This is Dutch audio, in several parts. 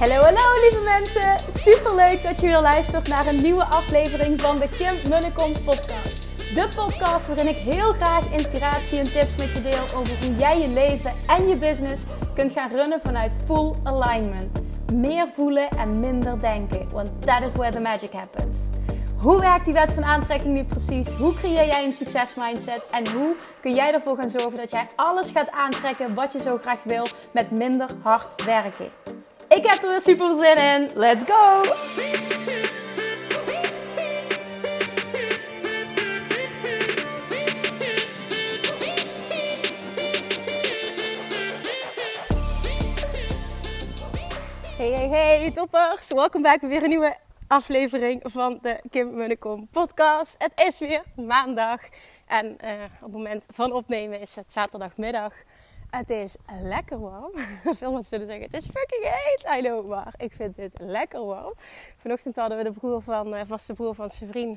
Hallo, hallo lieve mensen! Superleuk dat je weer luistert naar een nieuwe aflevering van de Kim Munnekom podcast. De podcast waarin ik heel graag inspiratie en tips met je deel over hoe jij je leven en je business kunt gaan runnen vanuit full alignment. Meer voelen en minder denken, want that is where the magic happens. Hoe werkt die wet van aantrekking nu precies? Hoe creëer jij een succesmindset? En hoe kun jij ervoor gaan zorgen dat jij alles gaat aantrekken wat je zo graag wil met minder hard werken? Ik heb er weer super zin in. Let's go! Hey toppers! Welkom bij weer een nieuwe aflevering van de Kim Munnekom podcast. Het is weer maandag en op het moment van opnemen is het zaterdagmiddag. Het is lekker warm. Veel mensen zullen zeggen, het is fucking heet. I know, maar ik vind dit lekker warm. Vanochtend hadden we de vaste broer van zijn vriend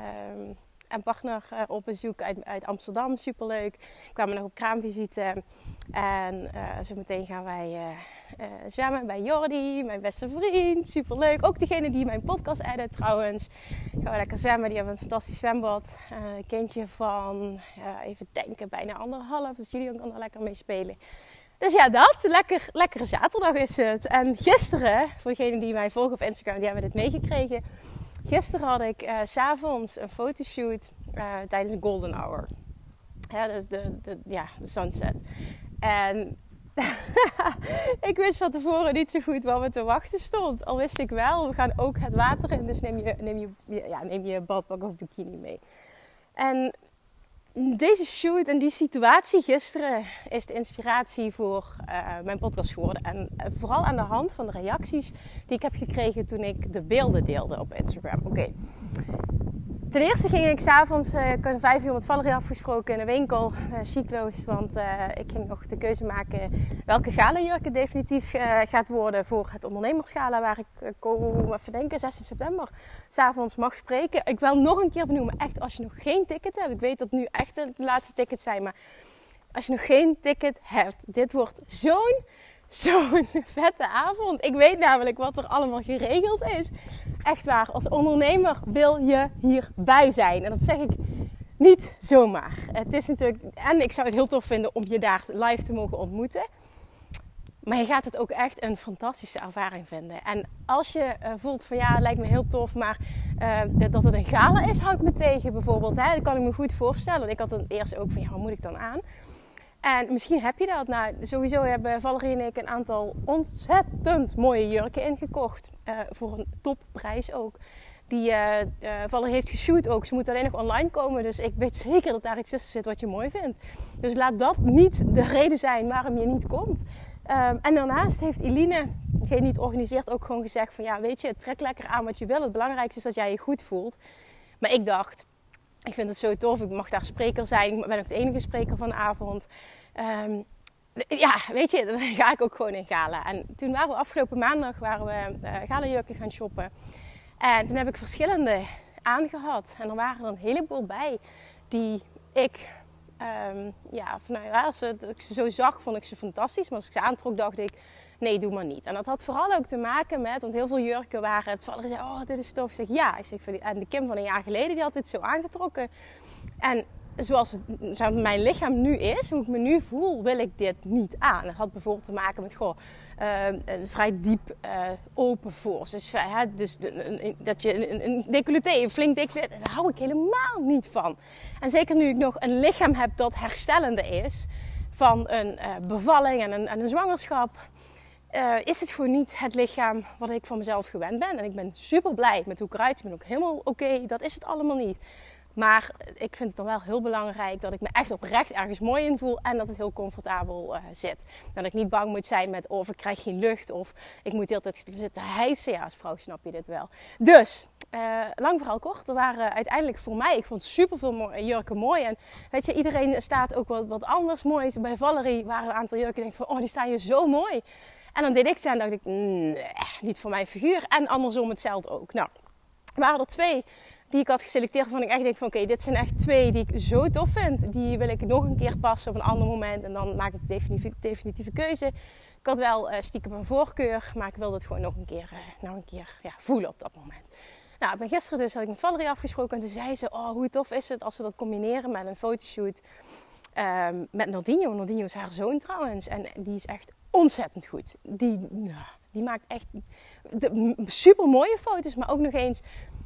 en partner op bezoek uit Amsterdam. Superleuk. We kwamen nog op kraamvisite. En zo meteen gaan wij zwemmen bij Jordi, mijn beste vriend. Superleuk. Ook degene die mijn podcast edit trouwens. Gaan we lekker zwemmen. Die hebben een fantastisch zwembad. Een kindje van, even denken, bijna 1,5. Dus jullie kan er lekker mee spelen. Dus ja, lekkere zaterdag is het. En gisteren, voor degenen die mij volgen op Instagram, die hebben dit meegekregen. Gisteren had ik 's avonds een fotoshoot tijdens de golden hour. Ja, dus de sunset. En ik wist van tevoren niet zo goed wat me te wachten stond. Al wist ik wel, we gaan ook het water in. Dus neem je badpak of bikini mee. En deze shoot en die situatie gisteren is de inspiratie voor mijn podcast geworden. En vooral aan de hand van de reacties die ik heb gekregen toen ik de beelden deelde op Instagram. Oké. Ten eerste ging ik s'avonds, ik had 5 uur met Valerie afgesproken in de winkel, chicloos. Want ik ging nog de keuze maken welke galenjurk het definitief gaat worden voor het ondernemersgala. Waar ik, even denken, 16 september, s'avonds mag spreken. Ik wil nog een keer benoemen, echt als je nog geen ticket hebt. Ik weet dat nu echt de laatste tickets zijn, maar als je nog geen ticket hebt, dit wordt zo'n vette avond. Ik weet namelijk wat er allemaal geregeld is. Echt waar, als ondernemer wil je hierbij zijn. En dat zeg ik niet zomaar. Het is natuurlijk, en ik zou het heel tof vinden om je daar live te mogen ontmoeten. Maar je gaat het ook echt een fantastische ervaring vinden. En als je voelt van ja, het lijkt me heel tof, maar dat het een gala is, houdt me tegen bijvoorbeeld. Hè? Dat kan ik me goed voorstellen. Ik had dan eerst ook van ja, wat moet ik dan aan? En misschien heb je dat. Nou, sowieso hebben Valerie en ik een aantal ontzettend mooie jurken ingekocht. Voor een topprijs ook. Die Valerie heeft geshoot ook. Ze moet alleen nog online komen. Dus ik weet zeker dat daar iets tussen zit wat je mooi vindt. Dus laat dat niet de reden zijn waarom je niet komt. En daarnaast heeft Eline, degene die het organiseert, ook gewoon gezegd van ja, weet je, trek lekker aan wat je wil. Het belangrijkste is dat jij je goed voelt. Maar ik dacht, ik vind het zo tof. Ik mag daar spreker zijn. Ik ben ook de enige spreker van de avond. Ja, weet je, dan ga ik ook gewoon in gala. En toen waren we afgelopen maandag galajurken gaan shoppen. En toen heb ik verschillende aangehad. En er waren er een heleboel bij die ik, als ik ze zo zag, vond ik ze fantastisch. Maar als ik ze aantrok, dacht ik, nee, doe maar niet. En dat had vooral ook te maken met, want heel veel jurken waren het. Valerie zei, oh, dit is tof. Ik zeg, ja. En de Kim van een jaar geleden, die had dit zo aangetrokken. En zoals mijn lichaam nu is, hoe ik me nu voel, wil ik dit niet aan. Het had bijvoorbeeld te maken met een vrij diep open voorst. Dus dat je een decolleté, een flink decolleté, daar hou ik helemaal niet van. En zeker nu ik nog een lichaam heb dat herstellende is van een bevalling en een zwangerschap, is het gewoon niet het lichaam wat ik van mezelf gewend ben. En ik ben super blij met hoe ik eruit zie. Ik ben ook helemaal oké. Dat is het allemaal niet. Maar ik vind het dan wel heel belangrijk dat ik me echt oprecht ergens mooi in voel. En dat het heel comfortabel zit. Dat ik niet bang moet zijn met of ik krijg geen lucht. Of ik moet de hele tijd zitten hijsen. Ja, als vrouw snap je dit wel. Dus, lang verhaal kort. Er waren uiteindelijk voor mij, ik vond super veel jurken mooi. En weet je, iedereen staat ook wat anders moois. Bij Valerie waren een aantal jurken. Ik denk van, oh, die staan hier zo mooi. En dan deed ik ze en dacht ik, nee, niet voor mijn figuur. En andersom hetzelfde ook. Nou, waren er 2 die ik had geselecteerd waarvan ik echt denk van oké, dit zijn echt 2 die ik zo tof vind. Die wil ik nog een keer passen op een ander moment en dan maak ik de definitieve keuze. Ik had wel stiekem een voorkeur, maar ik wilde het gewoon nog een keer voelen op dat moment. Nou, ik ben gisteren dus, had ik met Valerie afgesproken en toen zei ze, hoe tof is het als we dat combineren met een fotoshoot met Nardinho. Nardinho is haar zoon trouwens en die is echt ontzettend goed. Die maakt echt super mooie foto's, maar ook nog eens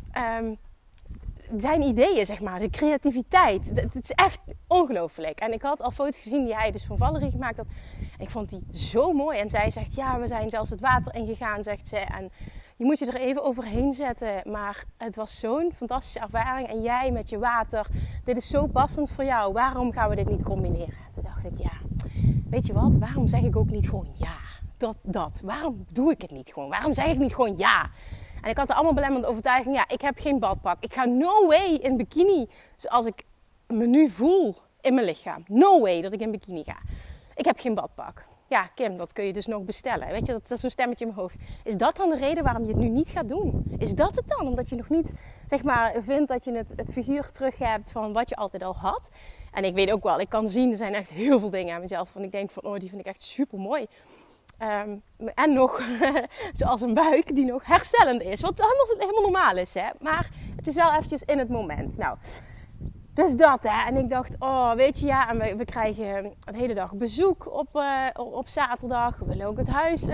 zijn ideeën, zeg maar, de creativiteit. Het is echt ongelooflijk. En ik had al foto's gezien die hij dus van Valerie gemaakt had. En ik vond die zo mooi. En zij zegt, ja, we zijn zelfs het water ingegaan, zegt ze. En je moet je er even overheen zetten. Maar het was zo'n fantastische ervaring. En jij met je water, dit is zo passend voor jou. Waarom gaan we dit niet combineren? Toen dacht ik, ja, weet je wat? Waarom zeg ik ook niet gewoon ja? Waarom doe ik het niet gewoon? Waarom zeg ik niet gewoon ja? En ik had er allemaal belemmerende overtuiging. Ja, ik heb geen badpak. Ik ga no way in bikini zoals ik me nu voel in mijn lichaam. No way dat ik in bikini ga. Ik heb geen badpak. Ja, Kim, dat kun je dus nog bestellen. Weet je, dat is zo'n stemmetje in mijn hoofd. Is dat dan de reden waarom je het nu niet gaat doen? Is dat het dan? Omdat je nog niet, zeg maar, vindt dat je het figuur terug hebt van wat je altijd al had. En ik weet ook wel, ik kan zien, er zijn echt heel veel dingen aan mezelf. Want ik denk van, die vind ik echt super mooi. En nog, zoals een buik die nog herstellend is. Wat helemaal normaal is, hè. Maar het is wel eventjes in het moment. Nou, dus dat, hè. En ik dacht, weet je, ja. En we krijgen de hele dag bezoek op zaterdag. We willen ook het huis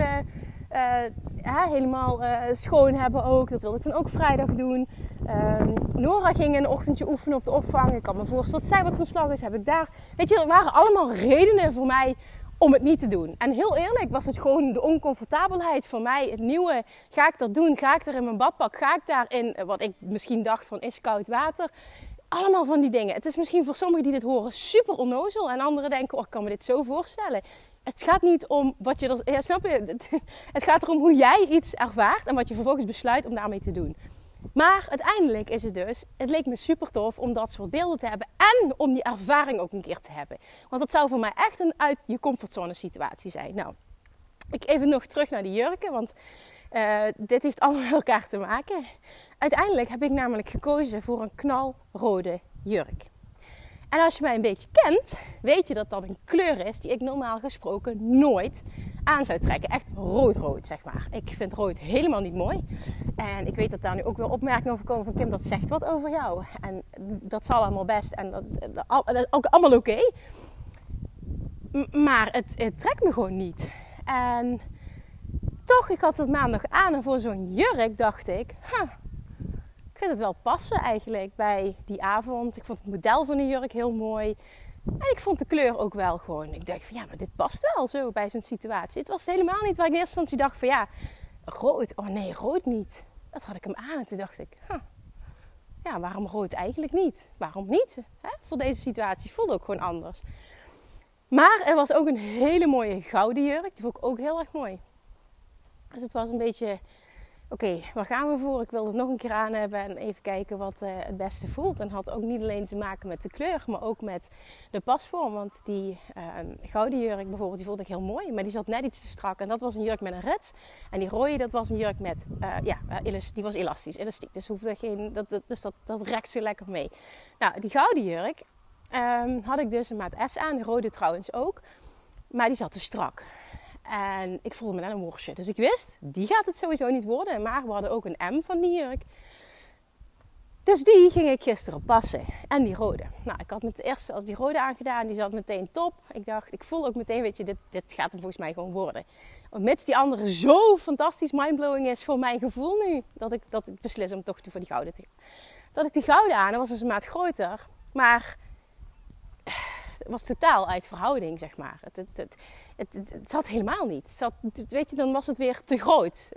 helemaal schoon hebben ook. Dat wilde ik dan ook vrijdag doen. Nora ging een ochtendje oefenen op de opvang. Ik kan me voorstellen dat zij wat van slag is. Heb ik daar... Weet je, er waren allemaal redenen voor mij om het niet te doen. En heel eerlijk was het gewoon de oncomfortabelheid voor mij. Het nieuwe, ga ik dat doen? Ga ik er in mijn badpak? Ga ik daarin, wat ik misschien dacht van is koud water? Allemaal van die dingen. Het is misschien voor sommigen die dit horen super onnozel. En anderen denken, ik kan me dit zo voorstellen. Het gaat niet om wat je... Ja, snap je? Het gaat erom hoe jij iets ervaart en wat je vervolgens besluit om daarmee te doen. Maar uiteindelijk is het dus, het leek me super tof om dat soort beelden te hebben en om die ervaring ook een keer te hebben. Want dat zou voor mij echt een uit je comfortzone situatie zijn. Nou, ik even nog terug naar die jurken, want dit heeft allemaal met elkaar te maken. Uiteindelijk heb ik namelijk gekozen voor een knalrode jurk. En als je mij een beetje kent, weet je dat dat een kleur is die ik normaal gesproken nooit aan zou trekken. Echt rood, zeg maar. Ik vind rood helemaal niet mooi. En ik weet dat daar nu ook wel opmerkingen over komen van Kim, dat zegt wat over jou. En dat zal allemaal best en dat is ook allemaal oké. Maar het trekt me gewoon niet. En toch, ik had het maandag aan en voor zo'n jurk dacht ik... Ik vind het wel passen eigenlijk bij die avond. Ik vond het model van de jurk heel mooi. En ik vond de kleur ook wel gewoon... Ik dacht van ja, maar dit past wel zo bij zo'n situatie. Het was helemaal niet waar ik in eerste instantie dacht van ja, rood. Oh nee, rood niet. Dat had ik hem aan en toen dacht ik... Ja, waarom rood eigenlijk niet? Waarom niet? Hè? Voor deze situatie voelde ook gewoon anders. Maar er was ook een hele mooie gouden jurk. Die vond ik ook heel erg mooi. Dus het was een beetje... Oké, waar gaan we voor? Ik wil het nog een keer aan hebben en even kijken wat het beste voelt. En had ook niet alleen te maken met de kleur, maar ook met de pasvorm. Want die gouden jurk bijvoorbeeld, die vond ik heel mooi. Maar die zat net iets te strak. En dat was een jurk met een rets. En die rode, dat was een jurk met, die was elastiek. Dus hoefde geen, dat rekt zo lekker mee. Nou, die gouden jurk had ik dus een maat S aan. De rode trouwens ook. Maar die zat te strak. En ik voelde me net een worstje. Dus ik wist, die gaat het sowieso niet worden. Maar we hadden ook een M van die jurk. Dus die ging ik gisteren passen. En die rode. Nou, ik had met de eerste als die rode aangedaan. Die zat meteen top. Ik voel ook meteen, weet je, dit gaat hem volgens mij gewoon worden. Mits die andere zo fantastisch mindblowing is voor mijn gevoel nu. Dat ik beslis om toch voor die gouden te gaan. Dat ik die gouden aan, dat was dus een maat groter. Maar het was totaal uit verhouding, zeg maar. Het zat helemaal niet. Weet je, dan was het weer te groot.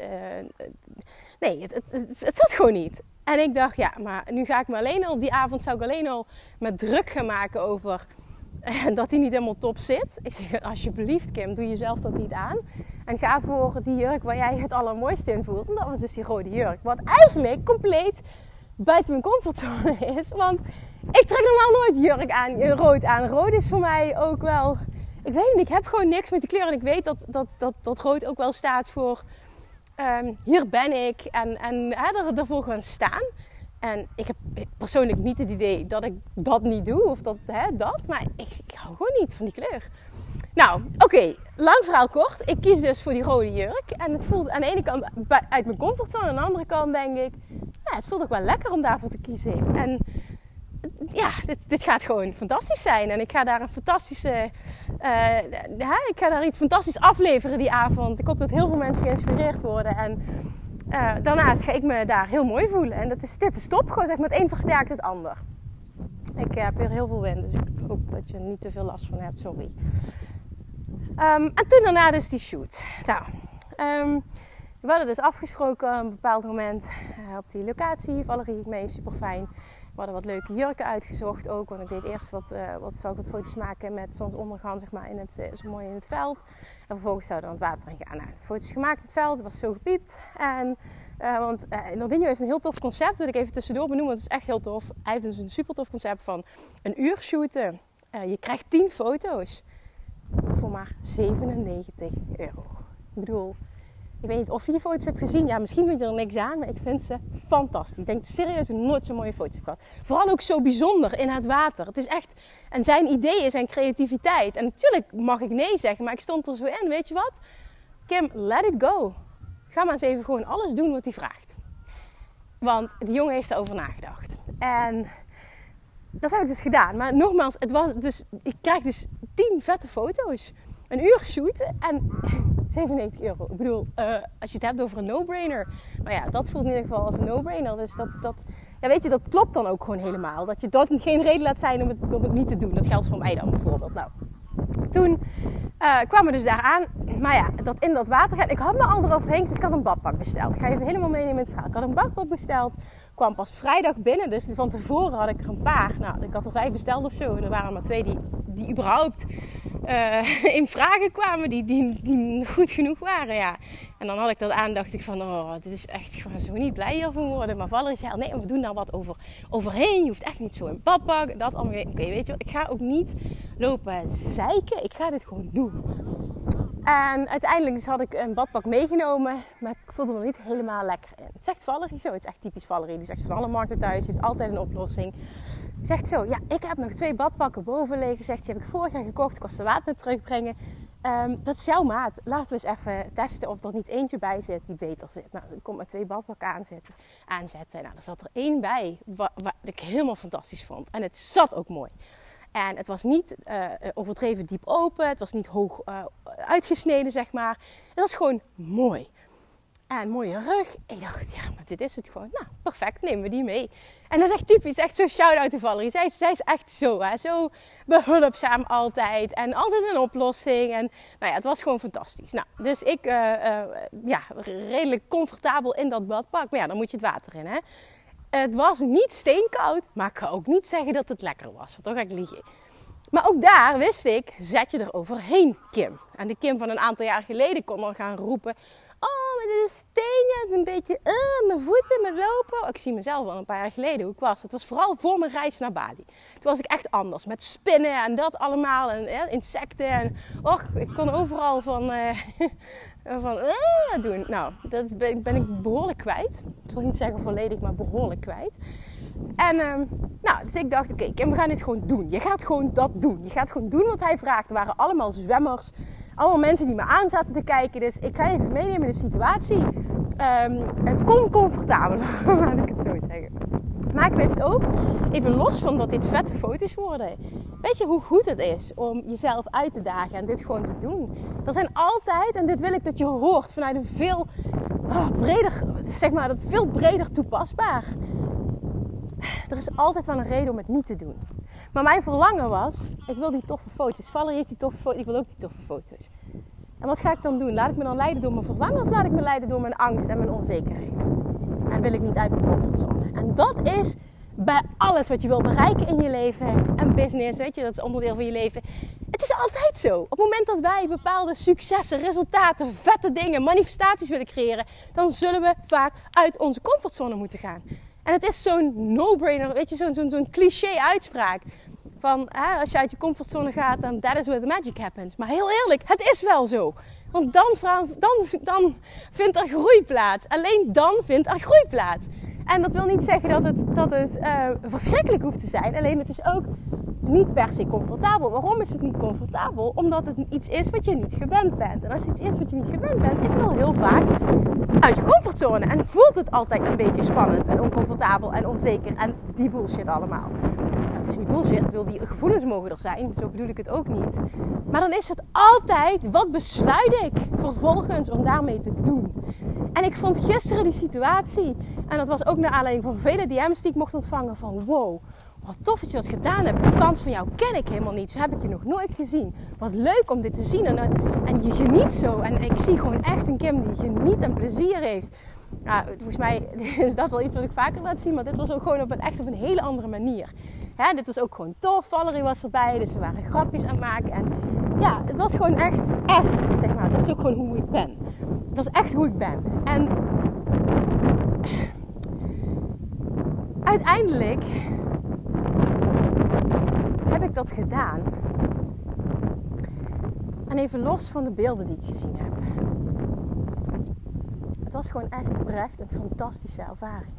Nee, het zat gewoon niet. En ik dacht, ja, maar nu ga ik me alleen al... Die avond zou ik alleen al met druk gaan maken over... dat hij niet helemaal top zit. Ik zeg, alsjeblieft Kim, doe jezelf dat niet aan. En ga voor die jurk waar jij het allermooiste in voelt. En dat was dus die rode jurk. Wat eigenlijk compleet buiten mijn comfortzone is. Want ik trek normaal nooit jurk aan, rood aan. Rood is voor mij ook wel... Ik weet niet, ik heb gewoon niks met die kleur. En ik weet dat rood ook wel staat voor hier ben ik en ervoor gaan staan. En ik heb persoonlijk niet het idee dat ik dat niet doe. Of dat. Maar ik hou gewoon niet van die kleur. Nou, oké. Lang verhaal kort. Ik kies dus voor die rode jurk. En het voelt aan de ene kant uit mijn comfortzone. Aan de andere kant denk ik... Ja, het voelt ook wel lekker om daarvoor te kiezen. En ja, dit gaat gewoon fantastisch zijn. En ik ga daar iets fantastisch afleveren die avond. Ik hoop dat heel veel mensen geïnspireerd worden. En daarnaast ga ik me daar heel mooi voelen. En dit is top. Gewoon zeg maar, het een versterkt het ander. Ik heb weer heel veel wind. Dus ik hoop dat je er niet te veel last van hebt. Sorry. En toen daarna dus die shoot. Nou, we hadden dus afgesproken op een bepaald moment op die locatie. Valerie ging mee, super fijn. We hadden wat leuke jurken uitgezocht ook. Want ik deed eerst wat foto's maken met zonsondergang, zeg maar, zo mooi in het veld. En vervolgens zouden we dan het water in gaan. Nou, foto's gemaakt, het veld, het was zo gepiept. En, want Nordinho heeft een heel tof concept, wil ik even tussendoor benoemen, want het is echt heel tof. Hij heeft dus een super tof concept van een uur shooten. Je krijgt 10 foto's voor maar €97. Ik bedoel... Ik weet niet of je die foto's hebt gezien. Ja, misschien vind je er niks aan, maar ik vind ze fantastisch. Ik denk serieus nooit zo'n mooie foto's heb gehad. Vooral ook zo bijzonder in het water. Het is echt... En zijn ideeën, zijn creativiteit. En natuurlijk mag ik nee zeggen, maar ik stond er zo in. Weet je wat? Kim, let it go. Ga maar eens even gewoon alles doen wat hij vraagt. Want die jongen heeft erover nagedacht. En dat heb ik dus gedaan. Maar nogmaals, het was dus... Ik krijg dus 10 vette foto's. Een uur shooten en... €97. Ik bedoel, als je het hebt over een no-brainer. Maar ja, dat voelt in ieder geval als een no-brainer. Dus ja, weet je, dat klopt dan ook gewoon helemaal. Dat je dat geen reden laat zijn om het niet te doen. Dat geldt voor mij dan bijvoorbeeld. Nou, toen kwamen we dus daar aan. Maar ja, in dat water gaan. Ik had me al eroverheen gezet. Ik had een badpak besteld. Ik ga even helemaal meenemen in het verhaal. Ik had een badpak besteld. Kwam pas vrijdag binnen. Dus van tevoren had ik er een paar. Nou, ik had er 5 besteld of zo. En er waren maar 2 die überhaupt in vragen kwamen. Die goed genoeg waren, ja. En dan had ik dat aan. Dacht ik van, oh, dit is echt gewoon zo niet blij hiervan worden. Maar Valerie zei, nee, we doen daar wat overheen. Je hoeft echt niet zo in badpak. Dat allemaal. Oké, weet je wat. Ik ga ook niet lopen zeiken. Ik ga dit gewoon doen. En uiteindelijk dus had ik een badpak meegenomen, maar ik voelde me er niet helemaal lekker in. Het zegt Valerie zo, het is echt typisch Valerie. Die zegt van alle markten thuis, heeft altijd een oplossing. Zegt zo, ja, ik heb nog 2 badpakken boven liggen. Zegt, die heb ik vorig jaar gekocht, ik was de water terugbrengen. Dat is jouw maat. Laten we eens even testen of er niet eentje bij zit die beter zit. Nou, dus ik kon met 2 badpakken aanzetten. Nou, er zat er 1 bij wat ik helemaal fantastisch vond. En het zat ook mooi. En het was niet overdreven diep open. Het was niet hoog uitgesneden, zeg maar. Het was gewoon mooi. En mooie rug. Ik dacht, ja, maar dit is het gewoon. Nou, perfect, nemen we die mee. En dat is echt typisch. Echt zo shout-out to Valerie. Zij is echt zo, hè. Zo behulpzaam altijd. En altijd een oplossing. En nou ja, het was gewoon fantastisch. Nou, dus ik, redelijk comfortabel in dat badpak. Maar ja, dan moet je het water in, hè. Het was niet steenkoud, maar ik kan ook niet zeggen dat het lekker was. Want dan ga ik liegen. Maar ook daar wist ik, zet je er overheen, Kim. En de Kim van een aantal jaar geleden kon al gaan roepen... Oh, maar dit is stenen, het is een beetje... mijn voeten, mijn lopen. Ik zie mezelf al een paar jaar geleden hoe ik was. Het was vooral voor mijn reis naar Bali. Toen was ik echt anders. Met spinnen en dat allemaal. En insecten. En ik kon overal van doen. Nou, dat ben ik behoorlijk kwijt. Ik zal niet zeggen volledig, maar behoorlijk kwijt. En dus ik dacht, oké, Kim, we gaan dit gewoon doen. Je gaat gewoon dat doen. Je gaat gewoon doen wat hij vraagt. Er waren allemaal zwemmers. Allemaal mensen die me aan zaten te kijken. Dus ik ga even meenemen in de situatie. Het kon comfortabeler, laat ik het zo zeggen. Maar ik wist ook, even los van dat dit vette foto's worden. Weet je hoe goed het is om jezelf uit te dagen en dit gewoon te doen? Er zijn altijd, en dit wil ik dat je hoort, vanuit een veel breder, zeg maar, dat veel breder toepasbaar. Er is altijd wel een reden om het niet te doen. Maar mijn verlangen was, ik wil die toffe foto's. Valerie heeft die toffe foto's, ik wil ook die toffe foto's. En wat ga ik dan doen? Laat ik me dan leiden door mijn verlangen of laat ik me leiden door mijn angst en mijn onzekerheid? En wil ik niet uit mijn comfortzone? En dat is bij alles wat je wil bereiken in je leven en business, weet je, dat is onderdeel van je leven. Het is altijd zo. Op het moment dat wij bepaalde successen, resultaten, vette dingen, manifestaties willen creëren, dan zullen we vaak uit onze comfortzone moeten gaan. En het is zo'n no-brainer, weet je, zo'n cliché uitspraak. Van, als je uit je comfortzone gaat, dan that is where the magic happens. Maar heel eerlijk, het is wel zo. Want dan vindt er groei plaats. Alleen dan vindt er groei plaats. En dat wil niet zeggen dat het verschrikkelijk hoeft te zijn. Alleen het is ook niet per se comfortabel. Waarom is het niet comfortabel? Omdat het iets is wat je niet gewend bent. En als het iets is wat je niet gewend bent, is het al heel vaak uit je comfortzone. En voelt het altijd een beetje spannend en oncomfortabel en onzeker. En die bullshit allemaal. Het is niet bullshit, ik bedoel, die gevoelens mogen er zijn. Zo bedoel ik het ook niet. Maar dan is het altijd, wat besluit ik vervolgens om daarmee te doen? En ik vond gisteren die situatie, en dat was ook naar aanleiding van vele DM's die ik mocht ontvangen, van wow, wat tof dat je dat gedaan hebt. Die kant van jou ken ik helemaal niet. Zo heb ik je nog nooit gezien. Wat leuk om dit te zien. En je geniet zo. En ik zie gewoon echt een Kim die geniet en plezier heeft. Nou, volgens mij is dat wel iets wat ik vaker laat zien. Maar dit was ook gewoon op een hele andere manier. Dit was ook gewoon tof. Valerie was erbij. Dus we waren grapjes aan het maken. En ja, het was gewoon echt, zeg maar. Dat is ook gewoon hoe ik ben. Dat is echt hoe ik ben. En uiteindelijk heb ik dat gedaan. En even los van de beelden die ik gezien heb. Het was gewoon echt oprecht een fantastische ervaring.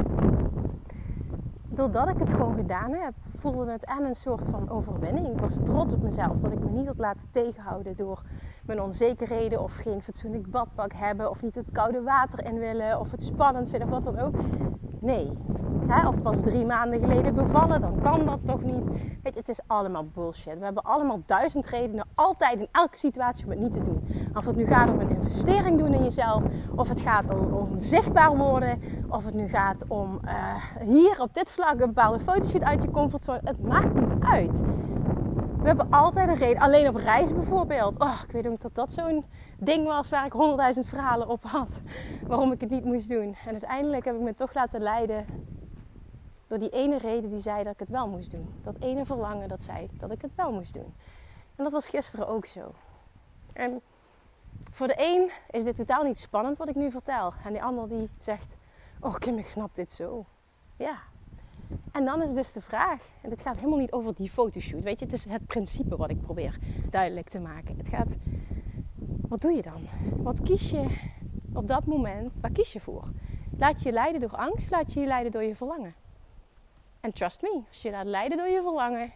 Doordat ik het gewoon gedaan heb, voelde het en een soort van overwinning. Ik was trots op mezelf dat ik me niet had laten tegenhouden door mijn onzekerheden of geen fatsoenlijk badpak hebben of niet het koude water in willen of het spannend vinden of wat dan ook. Nee. Of pas 3 maanden geleden bevallen, dan kan dat toch niet. Weet je, het is allemaal bullshit. We hebben allemaal 1000 redenen, altijd in elke situatie om het niet te doen. Of het nu gaat om een investering doen in jezelf, of het gaat om zichtbaar worden, of het nu gaat om hier op dit vlak een bepaalde fotoshoot uit je comfortzone. Het maakt niet uit. We hebben altijd een reden. Alleen op reis bijvoorbeeld. Ik weet ook dat dat zo'n ding was waar ik 100.000 verhalen op had. Waarom ik het niet moest doen. En uiteindelijk heb ik me toch laten leiden door die ene reden die zei dat ik het wel moest doen. Dat ene verlangen dat zei dat ik het wel moest doen. En dat was gisteren ook zo. En voor de een is dit totaal niet spannend wat ik nu vertel. En die ander die zegt, Kim, ik snap dit zo. Ja. En dan is dus de vraag, en dit gaat helemaal niet over die fotoshoot. Weet je, het is het principe wat ik probeer duidelijk te maken. Het gaat, wat doe je dan? Wat kies je op dat moment, waar kies je voor? Laat je je leiden door angst, laat je je leiden door je verlangen? En trust me, als je laat leiden door je verlangen,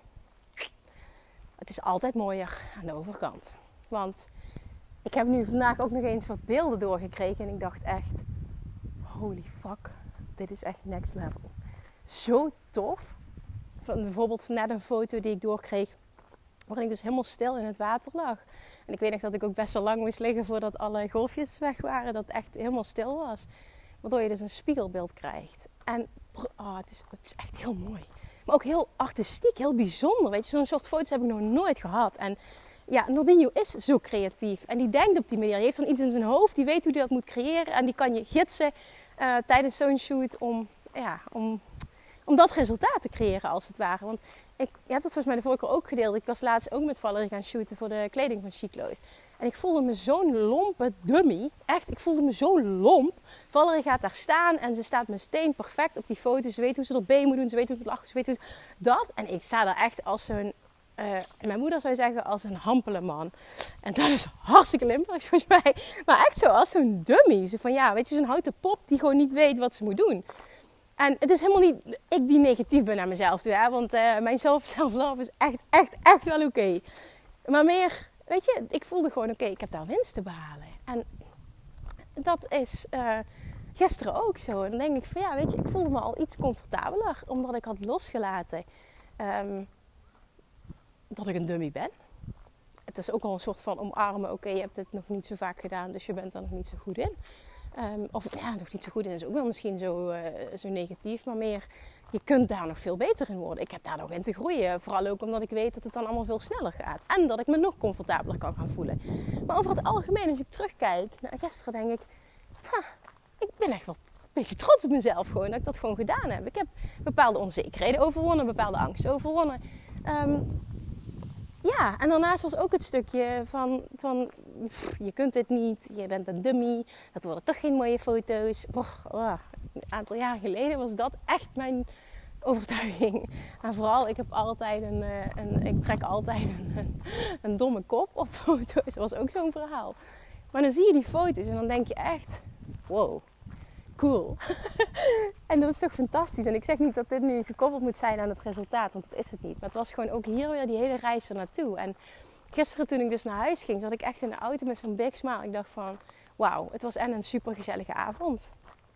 het is altijd mooier aan de overkant. Want ik heb nu vandaag ook nog eens wat beelden doorgekregen en ik dacht echt, holy fuck, dit is echt next level. Zo tof. Bijvoorbeeld net een foto die ik doorkreeg, waarin ik dus helemaal stil in het water lag. En ik weet nog dat ik ook best wel lang moest liggen voordat alle golfjes weg waren, dat het echt helemaal stil was. Waardoor je dus een spiegelbeeld krijgt. En het is echt heel mooi. Maar ook heel artistiek, heel bijzonder. Weet je, zo'n soort foto's heb ik nog nooit gehad. En ja, Nordinho is zo creatief. En die denkt op die manier. Die heeft dan iets in zijn hoofd. Die weet hoe hij dat moet creëren. En die kan je gidsen tijdens zo'n shoot om dat resultaat te creëren als het ware. Want je hebt dat volgens mij de vorige keer ook gedeeld. Ik was laatst ook met Valerie gaan shooten voor de kleding van Chiclo's. En ik voelde me zo'n lompe dummy. Echt, ik voelde me zo lomp. Valerie gaat daar staan en ze staat meteen perfect op die foto. Ze weet hoe ze er bij moet doen. Ze weet hoe ze het lachen. Ze weet hoe dat. En ik sta daar echt als zo'n... mijn moeder zou zeggen als een hampele man. En dat is hartstikke Limburgs volgens mij. Maar echt zo als zo'n dummy. Zo van weet je, zo'n houten pop die gewoon niet weet wat ze moet doen. En het is helemaal niet ik die negatief ben naar mezelf toe. Hè? Want mijn self-love is echt wel oké. Maar meer, weet je, ik voelde gewoon oké, ik heb daar winst te behalen. En dat is gisteren ook zo. En dan denk ik van weet je, ik voelde me al iets comfortabeler. Omdat ik had losgelaten dat ik een dummy ben. Het is ook al een soort van omarmen. Oké, je hebt het nog niet zo vaak gedaan, dus je bent er nog niet zo goed in. Nog niet zo goed in is ook wel misschien zo negatief. Maar meer, je kunt daar nog veel beter in worden. Ik heb daar nog in te groeien. Vooral ook omdat ik weet dat het dan allemaal veel sneller gaat. En dat ik me nog comfortabeler kan gaan voelen. Maar over het algemeen, als ik terugkijk naar gisteren, denk ik... ik ben echt wel een beetje trots op mezelf gewoon. Dat ik dat gewoon gedaan heb. Ik heb bepaalde onzekerheden overwonnen. Bepaalde angsten overwonnen. En daarnaast was ook het stukje van je kunt dit niet, je bent een dummy, dat worden toch geen mooie foto's. Een aantal jaren geleden was dat echt mijn overtuiging. En vooral, ik heb altijd ik trek altijd een domme kop op foto's. Dat was ook zo'n verhaal. Maar dan zie je die foto's en dan denk je echt, wow, cool. En dat is toch fantastisch. En ik zeg niet dat dit nu gekoppeld moet zijn aan het resultaat, want dat is het niet. Maar het was gewoon ook hier weer die hele reis ernaartoe. En gisteren toen ik dus naar huis ging, zat ik echt in de auto met zo'n big smile. Ik dacht van, wauw, het was en een super gezellige avond.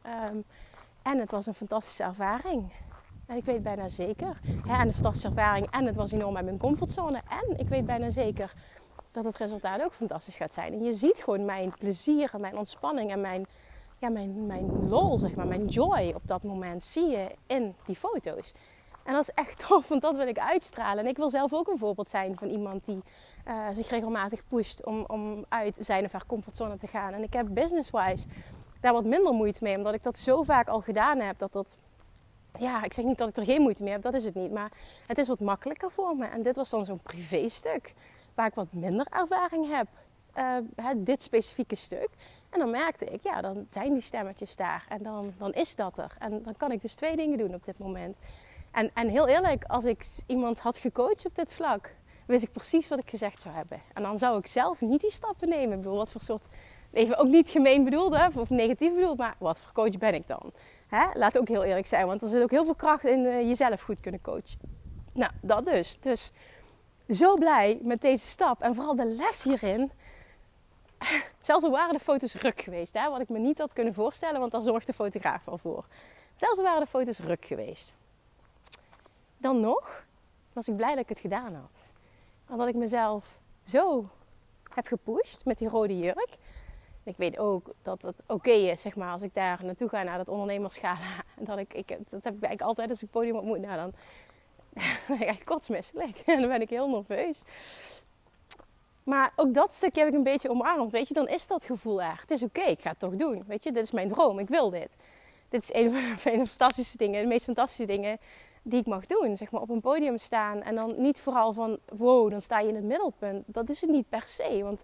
En het was een fantastische ervaring. En ik weet bijna zeker, en een fantastische ervaring. En het was enorm uit mijn comfortzone. En ik weet bijna zeker dat het resultaat ook fantastisch gaat zijn. En je ziet gewoon mijn plezier en mijn ontspanning en mijn lol, zeg maar, mijn joy op dat moment zie je in die foto's. En dat is echt tof, want dat wil ik uitstralen. En ik wil zelf ook een voorbeeld zijn van iemand die zich regelmatig pusht om uit zijn of haar comfortzone te gaan. En ik heb business-wise daar wat minder moeite mee, omdat ik dat zo vaak al gedaan heb. Ik zeg niet dat ik er geen moeite mee heb, dat is het niet. Maar het is wat makkelijker voor me. En dit was dan zo'n privéstuk waar ik wat minder ervaring heb. Dit specifieke stuk. En dan merkte ik, ja, dan zijn die stemmetjes daar. En dan is dat er. En dan kan ik dus 2 dingen doen op dit moment. En heel eerlijk, als ik iemand had gecoacht op dit vlak, wist ik precies wat ik gezegd zou hebben. En dan zou ik zelf niet die stappen nemen. Ik bedoel, wat voor soort, even ook niet gemeen bedoeld of negatief bedoeld, maar wat voor coach ben ik dan? Laat ook heel eerlijk zijn, want er zit ook heel veel kracht in jezelf goed kunnen coachen. Nou, dat dus. Dus zo blij met deze stap. En vooral de les hierin. Zelfs al waren de foto's ruk geweest. Wat ik me niet had kunnen voorstellen, want daar zorgt de fotograaf wel voor. Zelfs al waren de foto's ruk geweest. Dan nog was ik blij dat ik het gedaan had. Omdat ik mezelf zo heb gepusht met die rode jurk. Ik weet ook dat het oké is, zeg maar, als ik daar naartoe ga, naar dat ondernemerschala. Dat heb ik eigenlijk altijd als ik het podium ontmoet. Nou, dan ben ik echt kotsmisselijk. En dan ben ik heel nerveus. Maar ook dat stukje heb ik een beetje omarmd. Weet je, dan is dat gevoel er. Het is oké, ik ga het toch doen. Weet je, dit is mijn droom. Ik wil dit. Dit is een van de fantastische dingen, de meest fantastische dingen die ik mag doen. Zeg maar, op een podium staan. En dan niet vooral van, wow, dan sta je in het middelpunt. Dat is het niet per se. Want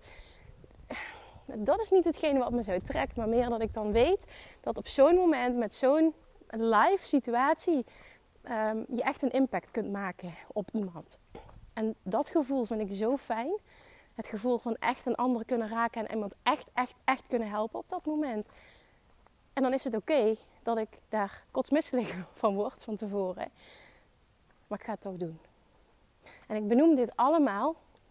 dat is niet hetgene wat me zo trekt. Maar meer dat ik dan weet dat op zo'n moment, met zo'n live situatie, je echt een impact kunt maken op iemand. En dat gevoel vind ik zo fijn. Het gevoel van echt een ander kunnen raken en iemand echt kunnen helpen op dat moment. En dan is het oké dat ik daar kotsmisselijk van word van tevoren. Maar ik ga het toch doen. En ik benoem dit allemaal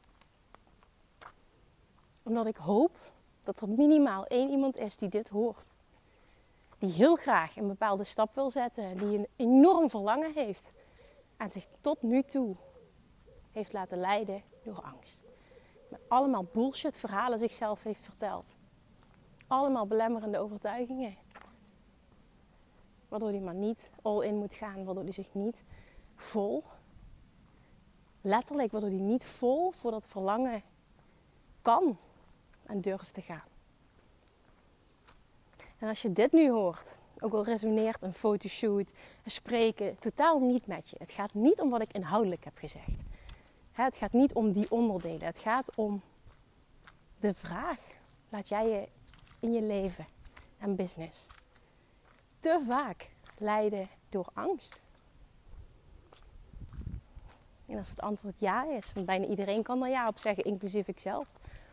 omdat ik hoop dat er minimaal 1 iemand is die dit hoort. Die heel graag een bepaalde stap wil zetten. Die een enorm verlangen heeft. En zich tot nu toe heeft laten leiden door angst. Met allemaal bullshit verhalen zichzelf heeft verteld. Allemaal belemmerende overtuigingen. Waardoor hij maar niet all in moet gaan. Waardoor hij zich niet vol, letterlijk, waardoor hij niet vol voor dat verlangen kan en durft te gaan. En als je dit nu hoort, ook al resoneert een fotoshoot, een spreken totaal niet met je. Het gaat niet om wat ik inhoudelijk heb gezegd. Het gaat niet om die onderdelen. Het gaat om de vraag. Laat jij je in je leven en business te vaak leiden door angst? En als het antwoord ja is, want bijna iedereen kan er ja op zeggen, inclusief ikzelf.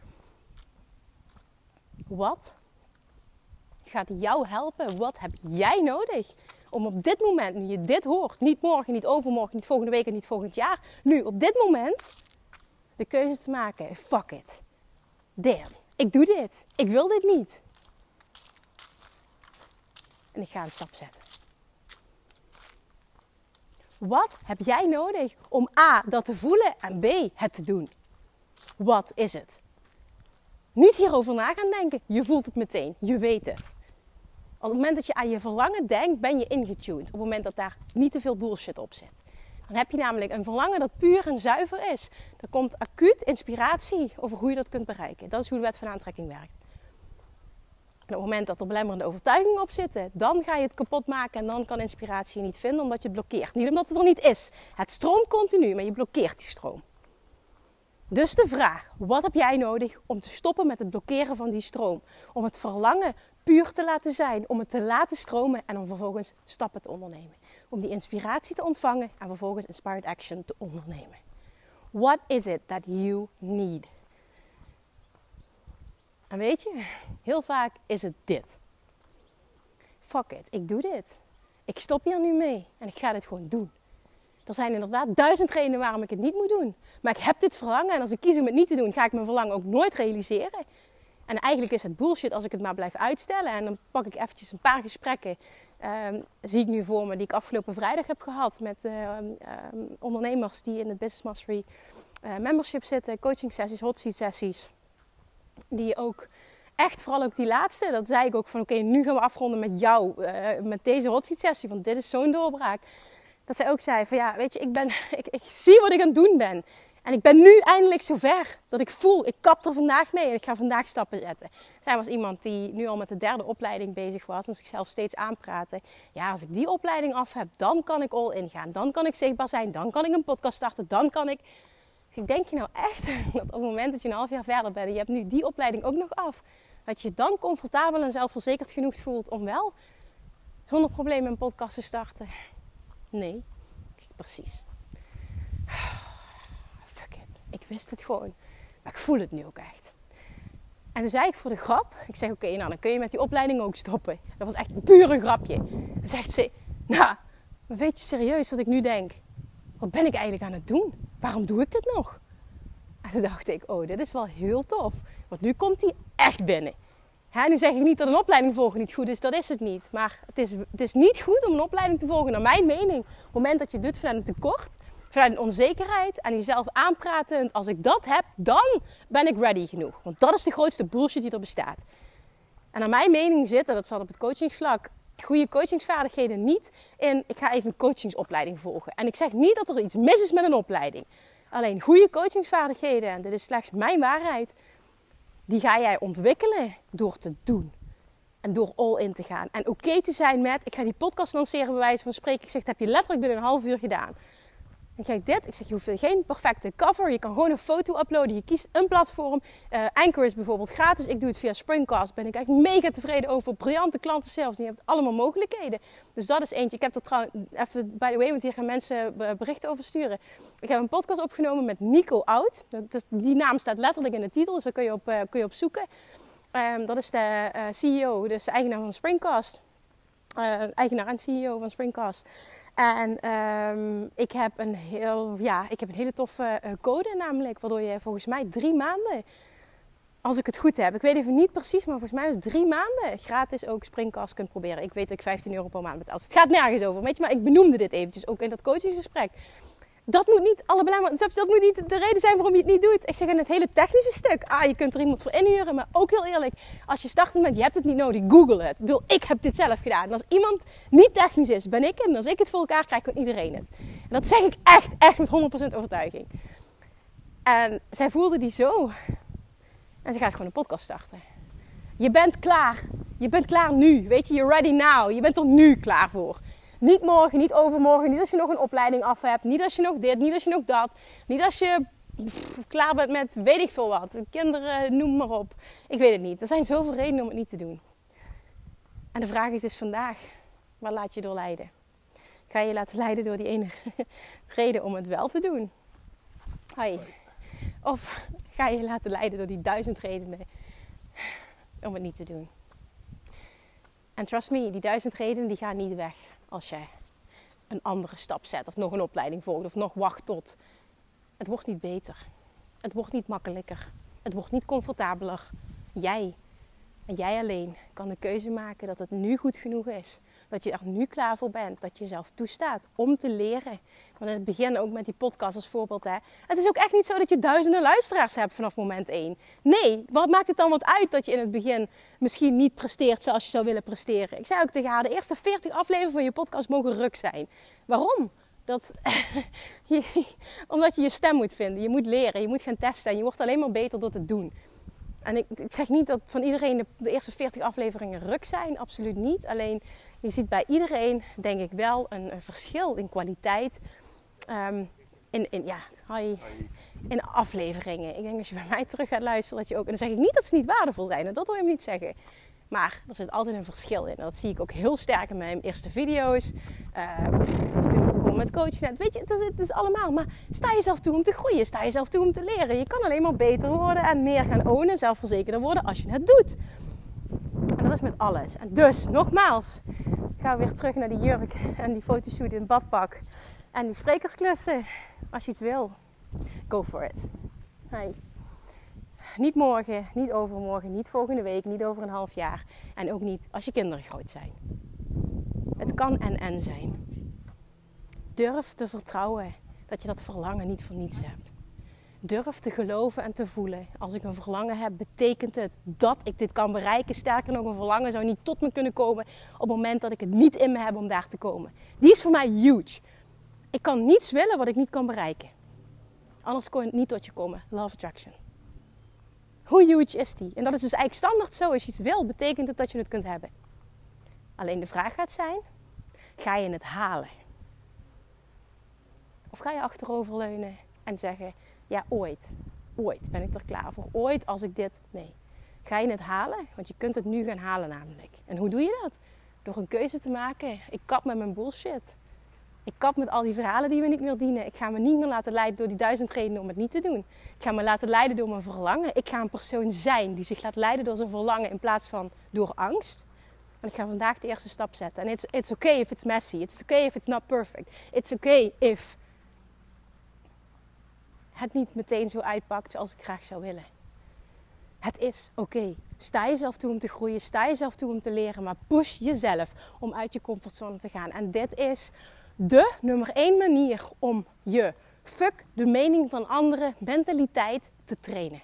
Wat gaat jou helpen? Wat heb jij nodig om op dit moment, nu je dit hoort, niet morgen, niet overmorgen, niet volgende week en niet volgend jaar, nu op dit moment de keuze te maken, fuck it. Damn, ik doe dit. Ik wil dit niet. En ik ga een stap zetten. Wat heb jij nodig om A, dat te voelen en B, het te doen? Wat is het? Niet hierover na gaan denken. Je voelt het meteen. Je weet het. Op het moment dat je aan je verlangen denkt, ben je ingetuned. Op het moment dat daar niet te veel bullshit op zit. Dan heb je namelijk een verlangen dat puur en zuiver is. Er komt acuut inspiratie over hoe je dat kunt bereiken. Dat is hoe de wet van aantrekking werkt. En op het moment dat er belemmerende overtuigingen op zitten, dan ga je het kapot maken en dan kan inspiratie je niet vinden omdat je het blokkeert. Niet omdat het er niet is. Het stroomt continu, maar je blokkeert die stroom. Dus de vraag, wat heb jij nodig om te stoppen met het blokkeren van die stroom? Om het verlangen puur te laten zijn, om het te laten stromen en om vervolgens stappen te ondernemen. om die inspiratie te ontvangen en vervolgens inspired action te ondernemen. What is it that you need? En weet je, heel vaak is het dit. Fuck it, ik doe dit. Ik stop hier nu mee en ik ga dit gewoon doen. Er zijn inderdaad 1000 redenen waarom ik het niet moet doen. Maar ik heb dit verlangen en als ik kies om het niet te doen, ga ik mijn verlangen ook nooit realiseren. En eigenlijk is het bullshit als ik het maar blijf uitstellen. En dan pak ik eventjes een paar gesprekken, zie ik nu voor me, die ik afgelopen vrijdag heb gehad met ondernemers die in het Business Mastery membership zitten. Coaching sessies, hot seat sessies. Die ook echt, vooral ook die laatste, dat zei ik ook van oké, nu gaan we afronden met jou, met deze hot seat sessie, want dit is zo'n doorbraak. Dat zij ook zei van ja, weet je, ik zie wat ik aan het doen ben. En ik ben nu eindelijk zover dat ik voel, ik kap er vandaag mee en ik ga vandaag stappen zetten. Zij was iemand die nu al met de 3e opleiding bezig was en zichzelf steeds aanpraatte. Ja, als ik die opleiding af heb, dan kan ik all in gaan. Dan kan ik zichtbaar zijn, dan kan ik een podcast starten, dan kan ik... Dus ik denk je nou echt dat op het moment dat je een half jaar verder bent en je hebt nu die opleiding ook nog af, dat je dan comfortabel en zelfverzekerd genoeg voelt om wel zonder problemen een podcast te starten? Nee, precies. Fuck it. Ik wist het gewoon. Maar ik voel het nu ook echt. En toen zei ik voor de grap. Ik zeg oké, nou dan kun je met die opleiding ook stoppen. Dat was echt puur een grapje. Dan zegt ze, nou, weet je serieus dat ik nu denk, wat ben ik eigenlijk aan het doen? Waarom doe ik dit nog? En toen dacht ik, oh dit is wel heel tof. Want nu komt hij echt binnen. Ja, nu zeg ik niet dat een opleiding volgen niet goed is, dat is het niet. Maar het is niet goed om een opleiding te volgen, naar mijn mening. Op het moment dat je doet vanuit een tekort, vanuit een onzekerheid en jezelf aanpratend. Als ik dat heb, dan ben ik ready genoeg. Want dat is de grootste bullshit die er bestaat. En naar mijn mening zitten, dat zat op het coachingsvlak, goede coachingsvaardigheden niet in, ik ga even een coachingsopleiding volgen. En ik zeg niet dat er iets mis is met een opleiding. Alleen goede coachingsvaardigheden, en dit is slechts mijn waarheid, die ga jij ontwikkelen door te doen. En door all in te gaan. En oké te zijn met, ik ga die podcast lanceren bij wijze van spreken. Ik zeg, dat heb je letterlijk binnen een half uur gedaan. Dan kijk dit, ik zeg, je hoeft geen perfecte cover. Je kan gewoon een foto uploaden. Je kiest een platform. Anchor is bijvoorbeeld gratis. Ik doe het via Springcast. Ben ik echt mega tevreden over. Briljante klanten zelfs. Die hebben allemaal mogelijkheden. Dus dat is eentje. Ik heb er trouwens, even by the way, want hier gaan mensen berichten over sturen. Ik heb een podcast opgenomen met Nico Oud. Die naam staat letterlijk in de titel. Dus daar kun je op zoeken. Dat is de CEO, dus de eigenaar van Springcast. Eigenaar en CEO van Springcast. En ik heb een hele toffe code namelijk. Waardoor je volgens mij 3 maanden, als ik het goed heb. Ik weet even niet precies, maar volgens mij is het 3 maanden gratis ook Springcast kunt proberen. Ik weet dat ik €15 per maand betaal. Dus het gaat nergens over. Weet je, maar ik benoemde dit eventjes ook in dat coachingsgesprek. Dat moet niet dat moet niet de reden zijn waarom je het niet doet. Ik zeg in het hele technische stuk. Je kunt er iemand voor inhuren. Maar ook heel eerlijk. Als je startend bent, je hebt het niet nodig. Google het. Ik bedoel, ik heb dit zelf gedaan. En als iemand niet technisch is, ben ik het. En als ik het voor elkaar krijg, kan iedereen het. En dat zeg ik echt met 100% overtuiging. En zij voelde die zo. En ze gaat gewoon een podcast starten. Je bent klaar. Je bent klaar nu. Weet je, you're ready now. Je bent er nu klaar voor. Niet morgen, niet overmorgen, niet als je nog een opleiding af hebt. Niet als je nog dit, niet als je nog dat. Niet als je klaar bent met weet ik veel wat. Kinderen, noem maar op. Ik weet het niet. Er zijn zoveel redenen om het niet te doen. En de vraag is dus vandaag, waar laat je door leiden? Ga je laten leiden door die ene reden om het wel te doen? Hoi. Of ga je laten leiden door die 1000 redenen om het niet te doen? En trust me, die 1000 redenen die gaan niet weg als je een andere stap zet. Of nog een opleiding volgt. Of nog wacht tot. Het wordt niet beter. Het wordt niet makkelijker. Het wordt niet comfortabeler. Jij en jij alleen kan de keuze maken dat het nu goed genoeg is. Dat je er nu klaar voor bent. Dat je jezelf toestaat om te leren. Want in het begin ook met die podcast als voorbeeld. Hè. Het is ook echt niet zo dat je duizenden luisteraars hebt vanaf moment 1. Nee, wat maakt het dan wat uit dat je in het begin misschien niet presteert zoals je zou willen presteren. Ik zei ook tegen haar, de eerste 40 afleveringen van je podcast mogen ruk zijn. Waarom? Omdat je je stem moet vinden. Je moet leren, je moet gaan testen. En je wordt alleen maar beter door te doen. En ik zeg niet dat van iedereen de eerste 40 afleveringen ruk zijn. Absoluut niet. Alleen je ziet bij iedereen, denk ik wel, een verschil in kwaliteit. In afleveringen. Ik denk als je bij mij terug gaat luisteren, dat je ook... En dan zeg ik niet dat ze niet waardevol zijn. En dat wil je niet zeggen. Maar er zit altijd een verschil in. En dat zie ik ook heel sterk in mijn eerste video's. Toen ik begon met coachen. Weet je, het is allemaal. Maar sta jezelf toe om te groeien. Sta jezelf toe om te leren. Je kan alleen maar beter worden en meer gaan ownen. Zelfverzekerder worden als je het doet. En dat is met alles. En dus, nogmaals. Gaan we weer terug naar die jurk en die fotoshoot in het badpak. En die sprekersklussen. Als je iets wil, go for it. Hey. Niet morgen, niet overmorgen, niet volgende week, niet over een half jaar. En ook niet als je kinderen groot zijn. Het kan en zijn. Durf te vertrouwen dat je dat verlangen niet voor niets hebt. Durf te geloven en te voelen. Als ik een verlangen heb, betekent het dat ik dit kan bereiken. Sterker nog, een verlangen zou niet tot me kunnen komen op het moment dat ik het niet in me heb om daar te komen. Die is voor mij huge. Ik kan niets willen wat ik niet kan bereiken. Anders kon het niet tot je komen. Love Attraction. Hoe huge is die? En dat is dus eigenlijk standaard zo. Als je iets wil, betekent het dat je het kunt hebben. Alleen de vraag gaat zijn, ga je het halen? Of ga je achteroverleunen en zeggen, ja ooit ben ik er klaar voor. Ooit als ik dit, nee. Ga je het halen? Want je kunt het nu gaan halen namelijk. En hoe doe je dat? Door een keuze te maken. Ik kap met mijn bullshit. Ik kap met al die verhalen die me niet meer dienen. Ik ga me niet meer laten leiden door die 1000 redenen om het niet te doen. Ik ga me laten leiden door mijn verlangen. Ik ga een persoon zijn die zich laat leiden door zijn verlangen in plaats van door angst. En ik ga vandaag de eerste stap zetten. En it's okay if it's messy. It's okay if it's not perfect. It's okay if het niet meteen zo uitpakt zoals ik graag zou willen. Het is oké. Sta jezelf toe om te groeien. Sta jezelf toe om te leren. Maar push jezelf om uit je comfortzone te gaan. En dit is de nummer 1 manier om je fuck de mening van anderen mentaliteit te trainen.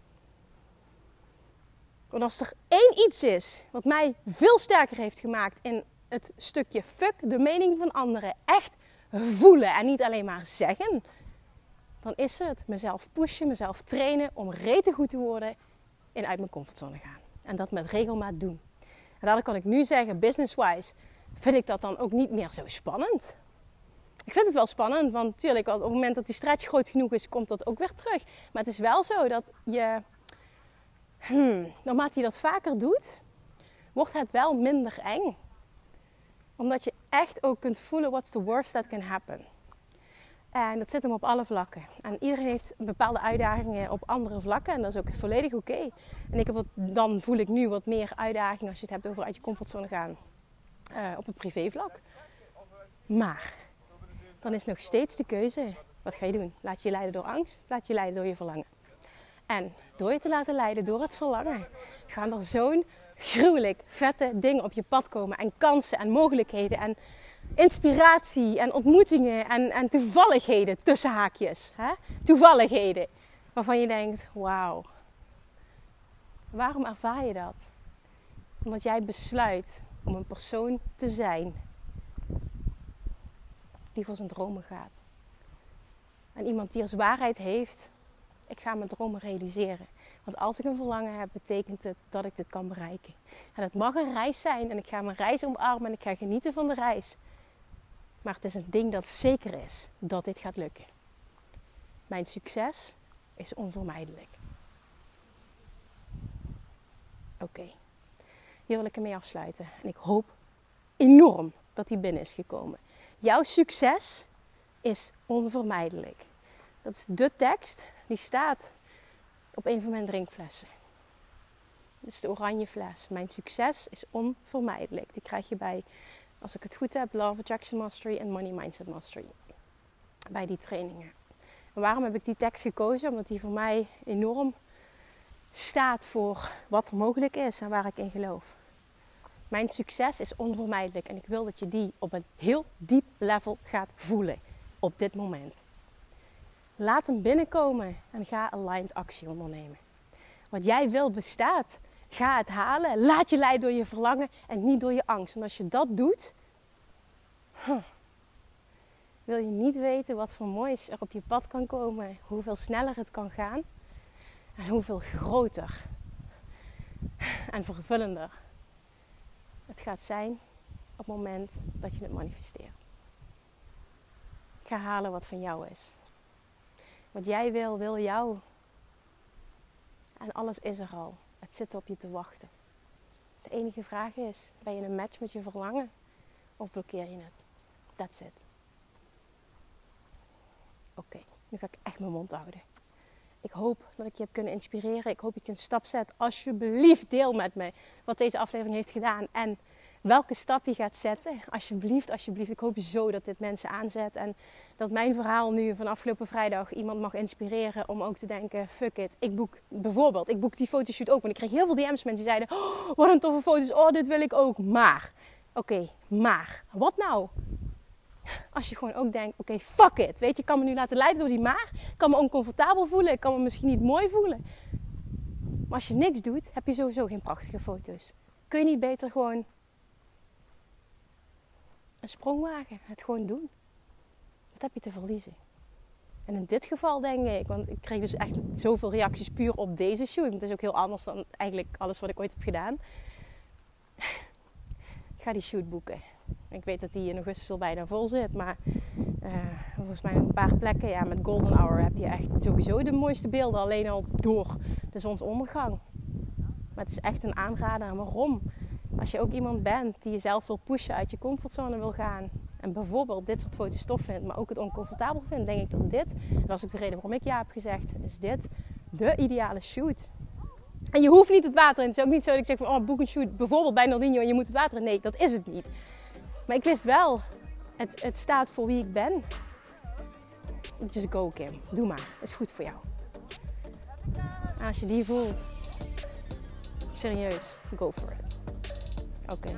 Want als er één iets is wat mij veel sterker heeft gemaakt in het stukje fuck de mening van anderen echt voelen en niet alleen maar zeggen, dan is het mezelf pushen, mezelf trainen om rete goed te worden en uit mijn comfortzone gaan. En dat met regelmaat doen. En daardoor kan ik nu zeggen, business-wise, vind ik dat dan ook niet meer zo spannend. Ik vind het wel spannend, want natuurlijk op het moment dat die stretch groot genoeg is, komt dat ook weer terug. Maar het is wel zo dat je, naarmate je dat vaker doet, wordt het wel minder eng. Omdat je echt ook kunt voelen, what's the worst that can happen. En dat zit hem op alle vlakken. En iedereen heeft bepaalde uitdagingen op andere vlakken. En dat is ook volledig oké. En dan voel ik nu wat meer uitdagingen als je het hebt over uit je comfortzone gaan. Op een privévlak. Maar dan is nog steeds de keuze. Wat ga je doen? Laat je je leiden door angst? Laat je leiden door je verlangen? En door je te laten leiden door het verlangen, gaan er zo'n gruwelijk vette dingen op je pad komen. En kansen en mogelijkheden en inspiratie en ontmoetingen en toevalligheden tussen haakjes. Hè? Toevalligheden waarvan je denkt, wauw. Waarom ervaar je dat? Omdat jij besluit om een persoon te zijn die voor zijn dromen gaat. En iemand die als waarheid heeft, ik ga mijn dromen realiseren. Want als ik een verlangen heb, betekent het dat ik dit kan bereiken. En het mag een reis zijn en ik ga mijn reis omarmen en ik ga genieten van de reis. Maar het is een ding dat zeker is dat dit gaat lukken. Mijn succes is onvermijdelijk. Oké. Hier wil ik ermee afsluiten. En ik hoop enorm dat die binnen is gekomen. Jouw succes is onvermijdelijk. Dat is de tekst die staat op een van mijn drinkflessen. Dat is de oranje fles. Mijn succes is onvermijdelijk. Die krijg je bij, als ik het goed heb, Love Attraction Mastery en Money Mindset Mastery. Bij die trainingen. En waarom heb ik die tekst gekozen? Omdat die voor mij enorm staat voor wat er mogelijk is en waar ik in geloof. Mijn succes is onvermijdelijk en ik wil dat je die op een heel diep level gaat voelen op dit moment. Laat hem binnenkomen en ga aligned actie ondernemen. Wat jij wil bestaat. Ga het halen. Laat je leiden door je verlangen en niet door je angst. Want als je dat doet, wil je niet weten wat voor moois er op je pad kan komen. Hoeveel sneller het kan gaan. En hoeveel groter en vervullender het gaat zijn op het moment dat je het manifesteert. Ga halen wat van jou is. Wat jij wil jou. En alles is er al. Het zit op je te wachten. De enige vraag is. Ben je een match met je verlangen? Of blokkeer je het? That's it. Oké, nu ga ik echt mijn mond houden. Ik hoop dat ik je heb kunnen inspireren. Ik hoop dat je een stap zet. Alsjeblieft, deel met me wat deze aflevering heeft gedaan. En welke stap je gaat zetten. Alsjeblieft, alsjeblieft. Ik hoop zo dat dit mensen aanzet. En dat mijn verhaal nu van afgelopen vrijdag iemand mag inspireren om ook te denken, fuck it. Ik boek die fotoshoot ook. Want ik kreeg heel veel DM's. Mensen die zeiden, oh, wat een toffe foto's. Oh, dit wil ik ook. Maar, maar. Wat nou? Als je gewoon ook denkt, oké, fuck it. Weet je, ik kan me nu laten leiden door die maar. Ik kan me oncomfortabel voelen. Ik kan me misschien niet mooi voelen. Maar als je niks doet, heb je sowieso geen prachtige foto's. Kun je niet beter gewoon een sprong wagen? Het gewoon doen. Wat heb je te verliezen? En in dit geval denk ik, want ik kreeg dus echt zoveel reacties puur op deze shoot. Het is ook heel anders dan eigenlijk alles wat ik ooit heb gedaan. Ik ga die shoot boeken. Ik weet dat die in augustus al bijna vol zit. Maar volgens mij een paar plekken. Ja, met Golden Hour heb je echt sowieso de mooiste beelden. Alleen al door de zonsondergang. Maar het is echt een aanrader. En waarom? Als je ook iemand bent die jezelf wil pushen, uit je comfortzone wil gaan. En bijvoorbeeld dit soort foto's tof vindt. Maar ook het oncomfortabel vindt. Denk ik dat dit, en dat is ook de reden waarom ik ja heb gezegd. Is dit de ideale shoot. En je hoeft niet het water in. Het is ook niet zo dat ik zeg van, oh, boek een shoot. Bijvoorbeeld bij Nardino en je moet het water in. Nee, dat is het niet. Maar ik wist wel, het staat voor wie ik ben. Just go, Kim. Doe maar. Het is goed voor jou. En als je die voelt, serieus, go for it. Oké.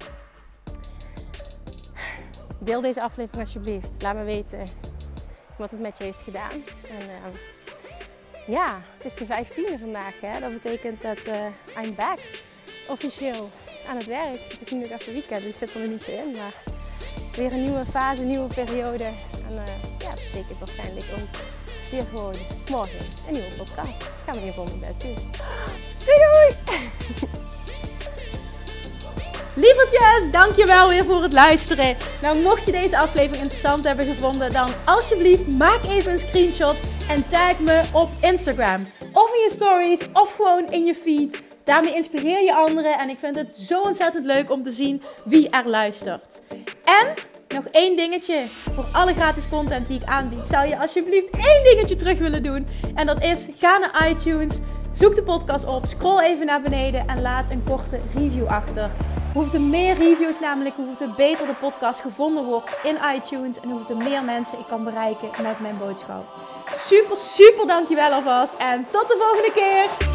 Deel deze aflevering alsjeblieft. Laat me weten wat het met je heeft gedaan. En ja, het is de 15e vandaag. Hè? Dat betekent dat I'm back. Officieel aan het werk. Het is nu nog even weekend, dus ik zit er nog niet zo in. Maar weer een nieuwe fase, een nieuwe periode. En ja, dat betekent waarschijnlijk ook weer gewoon morgen een nieuwe podcast. Ik ga me in ieder geval mijn best doen. Doei! Lievertjes, dankjewel weer voor het luisteren. Nou, mocht je deze aflevering interessant hebben gevonden, dan alsjeblieft maak even een screenshot en tag me op Instagram. Of in je stories, of gewoon in je feed. Daarmee inspireer je anderen en ik vind het zo ontzettend leuk om te zien wie er luistert. En nog één dingetje. Voor alle gratis content die ik aanbied, zou je alsjeblieft één dingetje terug willen doen. En dat is, ga naar iTunes, zoek de podcast op, scroll even naar beneden en laat een korte review achter. Hoeveel meer reviews namelijk, hoeveel beter de podcast gevonden wordt in iTunes. En hoeveel meer mensen ik kan bereiken met mijn boodschap. Super, super dankjewel alvast. En tot de volgende keer.